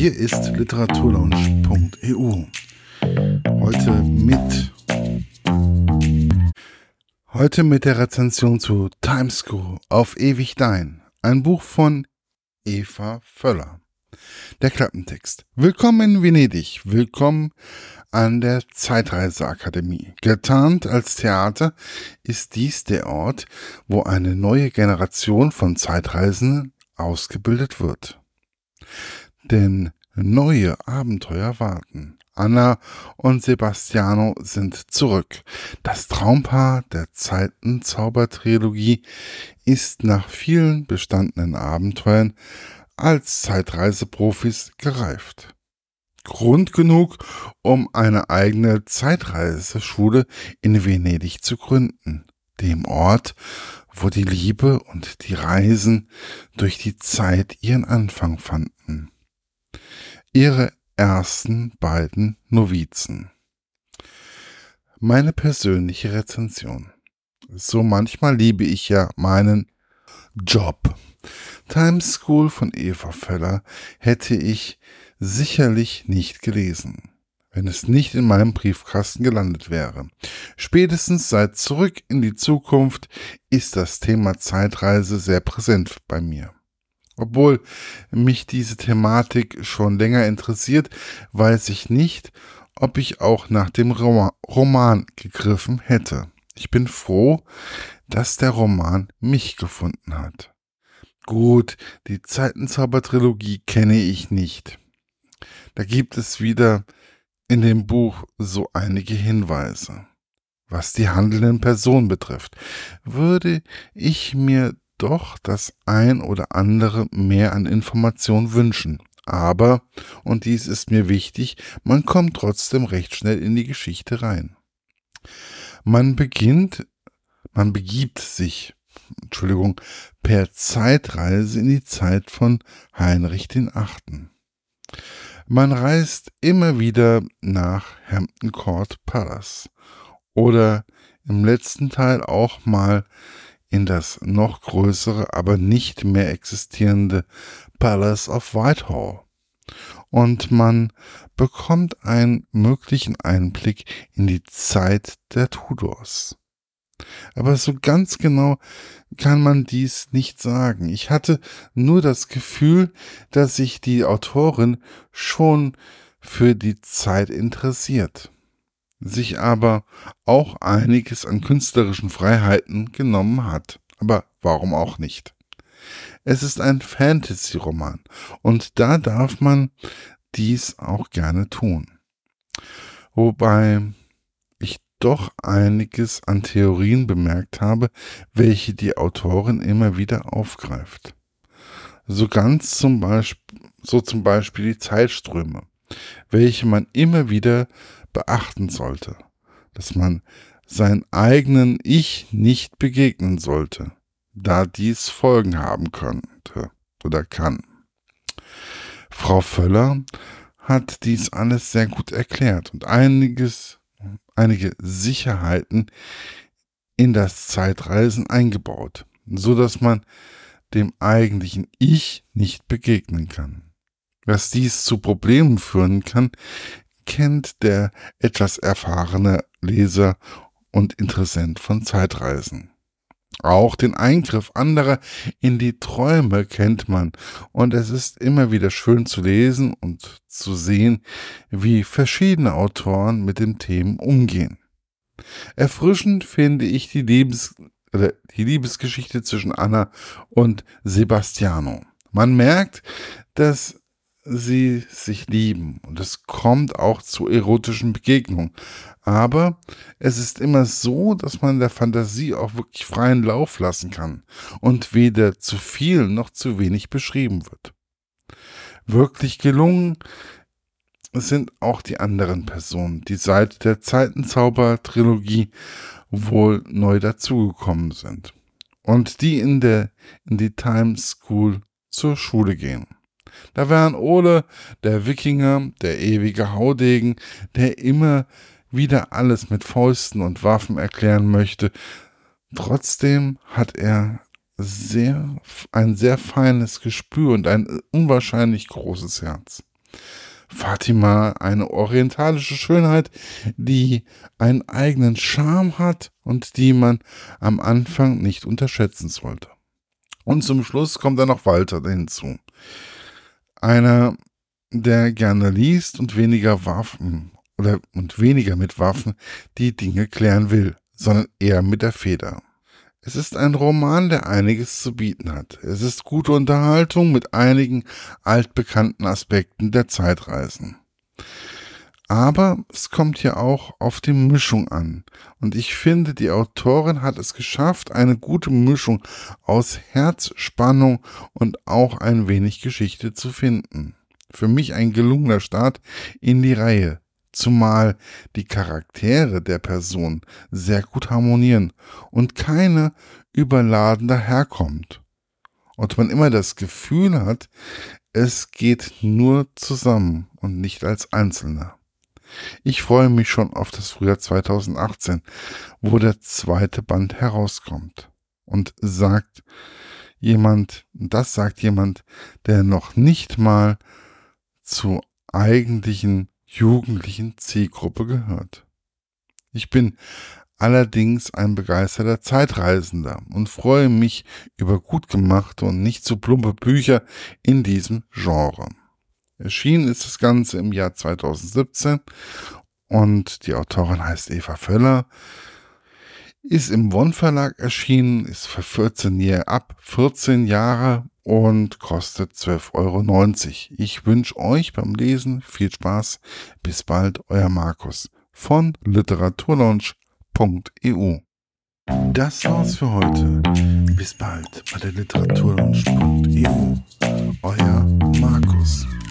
Hier ist literaturlaunch.eu. Heute mit der Rezension zu Time School auf ewig dein. Ein Buch von Eva Völler. Der Klappentext. Willkommen in Venedig. Willkommen an der Zeitreiseakademie. Getarnt als Theater ist dies der Ort, wo eine neue Generation von Zeitreisenden ausgebildet wird. Denn neue Abenteuer warten. Anna und Sebastiano sind zurück. Das Traumpaar der Zeitenzauber-Trilogie ist nach vielen bestandenen Abenteuern als Zeitreiseprofis gereift. Grund genug, um eine eigene Zeitreiseschule in Venedig zu gründen, dem Ort, wo die Liebe und die Reisen durch die Zeit ihren Anfang fanden. Ihre ersten beiden Novizen. Meine persönliche Rezension. So manchmal liebe ich ja meinen Job. Time School von Eva Völler hätte ich sicherlich nicht gelesen, wenn es nicht in meinem Briefkasten gelandet wäre. Spätestens seit Zurück in die Zukunft ist das Thema Zeitreise sehr präsent bei mir. Obwohl mich diese Thematik schon länger interessiert, weiß ich nicht, ob ich auch nach dem Roman gegriffen hätte. Ich bin froh, dass der Roman mich gefunden hat. Gut, die Zeitenzauber-Trilogie kenne ich nicht. Da gibt es wieder in dem Buch so einige Hinweise. Was die handelnden Personen betrifft, würde ich mir doch das ein oder andere mehr an Informationen wünschen. Aber, und dies ist mir wichtig, man kommt trotzdem recht schnell in die Geschichte rein. Man begibt sich per Zeitreise in die Zeit von Heinrich VIII. Man reist immer wieder nach Hampton Court Palace oder im letzten Teil auch mal in das noch größere, aber nicht mehr existierende Palace of Whitehall. Und man bekommt einen möglichen Einblick in die Zeit der Tudors. Aber so ganz genau kann man dies nicht sagen. Ich hatte nur das Gefühl, dass sich die Autorin schon für die Zeit interessiert, sich aber auch einiges an künstlerischen Freiheiten genommen hat. Aber warum auch nicht? Es ist ein Fantasy-Roman und da darf man dies auch gerne tun. Wobei ich doch einiges an Theorien bemerkt habe, welche die Autorin immer wieder aufgreift. So zum Beispiel die Zeitströme, welche man immer wieder beachten sollte, dass man seinem eigenen Ich nicht begegnen sollte, da dies Folgen haben könnte oder kann. Frau Völler hat dies alles sehr gut erklärt und einige Sicherheiten in das Zeitreisen eingebaut, so dass man dem eigentlichen Ich nicht begegnen kann. Was dies zu Problemen führen kann, kennt der etwas erfahrene Leser und Interessent von Zeitreisen. Auch den Eingriff anderer in die Träume kennt man und es ist immer wieder schön zu lesen und zu sehen, wie verschiedene Autoren mit den Themen umgehen. Erfrischend finde ich die Liebesgeschichte zwischen Anna und Sebastiano. Man merkt, dass sie sich lieben und es kommt auch zu erotischen Begegnungen. Aber es ist immer so, dass man der Fantasie auch wirklich freien Lauf lassen kann und weder zu viel noch zu wenig beschrieben wird. Wirklich gelungen sind auch die anderen Personen, die seit der Zeitenzauber-Trilogie wohl neu dazugekommen sind und die in die Time School zur Schule gehen. Da wären Ole, der Wikinger, der ewige Haudegen, der immer wieder alles mit Fäusten und Waffen erklären möchte. Trotzdem hat er ein sehr feines Gespür und ein unwahrscheinlich großes Herz. Fatima, eine orientalische Schönheit, die einen eigenen Charme hat und die man am Anfang nicht unterschätzen sollte. Und zum Schluss kommt dann noch Walter hinzu. Einer, der gerne liest und weniger mit Waffen die Dinge klären will, sondern eher mit der Feder. Es ist ein Roman, der einiges zu bieten hat. Es ist gute Unterhaltung mit einigen altbekannten Aspekten der Zeitreisen. Aber es kommt hier auch auf die Mischung an. Und ich finde, die Autorin hat es geschafft, eine gute Mischung aus Herzspannung und auch ein wenig Geschichte zu finden. Für mich ein gelungener Start in die Reihe. Zumal die Charaktere der Person sehr gut harmonieren und keine überladen daherkommt. Und man immer das Gefühl hat, es geht nur zusammen und nicht als Einzelner. Ich freue mich schon auf das Frühjahr 2018, wo der zweite Band herauskommt. Und das sagt jemand, der noch nicht mal zur eigentlichen jugendlichen Zielgruppe gehört. Ich bin allerdings ein begeisterter Zeitreisender und freue mich über gut gemachte und nicht zu plumpe Bücher in diesem Genre. Erschienen ist das Ganze im Jahr 2017 und die Autorin heißt Eva Völler, ist im Won Verlag erschienen, ist für ab 14 Jahre und kostet 12,90 €. Ich wünsche euch beim Lesen viel Spaß. Bis bald, euer Markus von literaturlaunch.eu. Das war's für heute. Bis bald bei der literaturlaunch.eu. Euer Markus.